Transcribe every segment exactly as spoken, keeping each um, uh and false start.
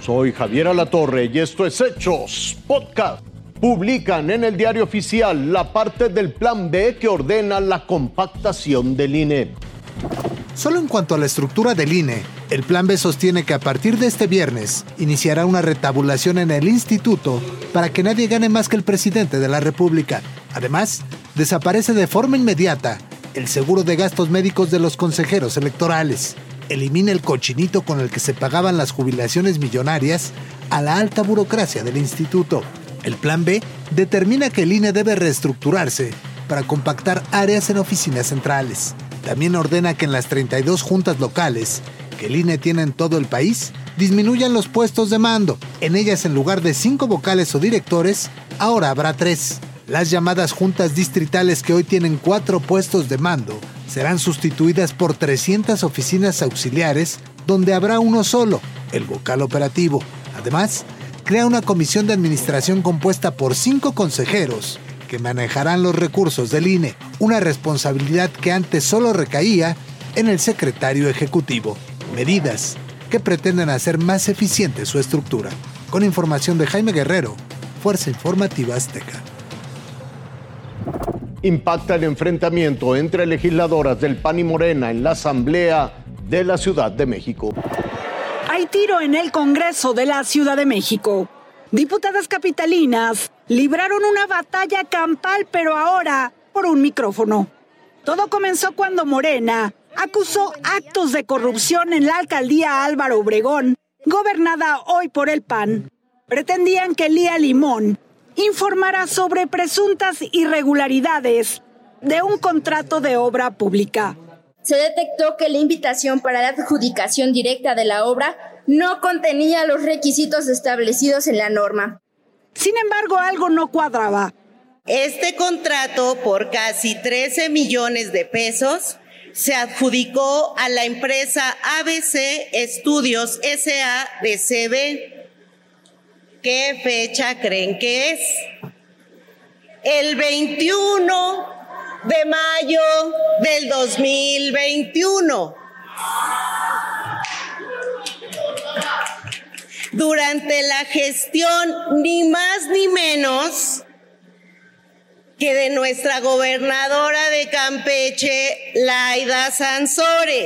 Soy Javier Alatorre y esto es Hechos Podcast. Publican en el Diario Oficial la parte del Plan B que ordena la compactación del I N E. Solo en cuanto a la estructura del I N E, el Plan B sostiene que a partir de este viernes iniciará una retabulación en el instituto para que nadie gane más que el presidente de la República. Además, desaparece de forma inmediata el seguro de gastos médicos de los consejeros electorales. Elimina el cochinito con el que se pagaban las jubilaciones millonarias a la alta burocracia del instituto. El Plan B determina que el I N E debe reestructurarse para compactar áreas en oficinas centrales. También ordena que en las treinta y dos juntas locales que el I N E tiene en todo el país, disminuyan los puestos de mando. En ellas, en lugar de cinco vocales o directores, ahora habrá tres. Las llamadas juntas distritales, que hoy tienen cuatro puestos de mando, serán sustituidas por trescientas oficinas auxiliares, donde habrá uno solo, el vocal operativo. Además, crea una comisión de administración compuesta por cinco consejeros que manejarán los recursos del I N E, una responsabilidad que antes solo recaía en el secretario ejecutivo. Medidas que pretenden hacer más eficiente su estructura. Con información de Jaime Guerrero, Fuerza Informativa Azteca. Impacta el enfrentamiento entre legisladoras del P A N y Morena en la Asamblea de la Ciudad de México. Hay tiro en el Congreso de la Ciudad de México. Diputadas capitalinas libraron una batalla campal, pero ahora por un micrófono. Todo comenzó cuando Morena acusó actos de corrupción en la alcaldía Álvaro Obregón, gobernada hoy por el P A N. Pretendían que Lía Limón informara sobre presuntas irregularidades de un contrato de obra pública. Se detectó que la invitación para la adjudicación directa de la obra no contenía los requisitos establecidos en la norma. Sin embargo, algo no cuadraba. Este contrato, por casi trece millones de pesos, se adjudicó a la empresa A B C Estudios S A de C B. ¿Qué fecha creen que es? El veintiuno de mayo del dos mil veintiuno. Durante la gestión, ni más ni menos que de nuestra gobernadora de Campeche, Laida Sansores.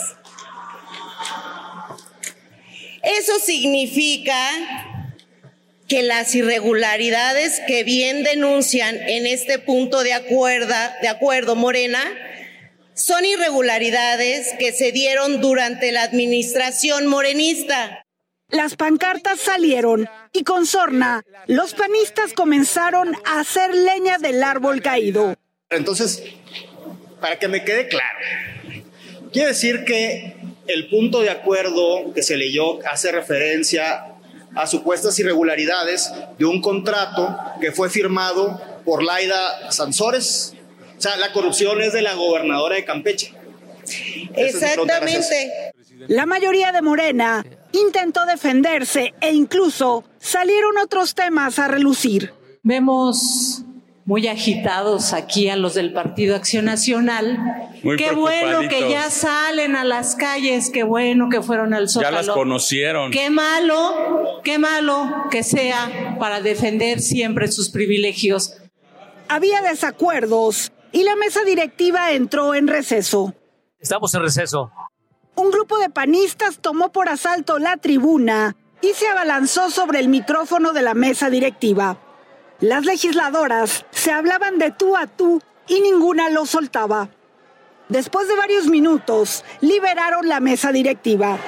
Eso significa que las irregularidades que bien denuncian en este punto de acuerdo, de acuerdo Morena, son irregularidades que se dieron durante la administración morenista. Las pancartas salieron y con sorna, los panistas comenzaron a hacer leña del árbol caído. Entonces, para que me quede claro, quiere decir que el punto de acuerdo que se leyó hace referencia a supuestas irregularidades de un contrato que fue firmado por Laida Sansores. O sea, la corrupción es de la gobernadora de Campeche. Exactamente. La mayoría de Morena intentó defenderse e incluso salieron otros temas a relucir. Vemos muy agitados aquí a los del Partido Acción Nacional. Muy qué bueno que ya salen a las calles, qué bueno que fueron al Zócalo. Ya las conocieron. Qué malo, qué malo que sea para defender siempre sus privilegios. Había desacuerdos y la mesa directiva entró en receso. Estamos en receso. Un grupo de panistas tomó por asalto la tribuna y se abalanzó sobre el micrófono de la mesa directiva. Las legisladoras se hablaban de tú a tú y ninguna lo soltaba. Después de varios minutos, liberaron la mesa directiva.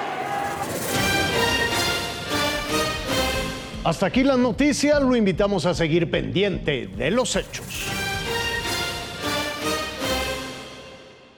Hasta aquí las noticias, lo invitamos a seguir pendiente de los hechos.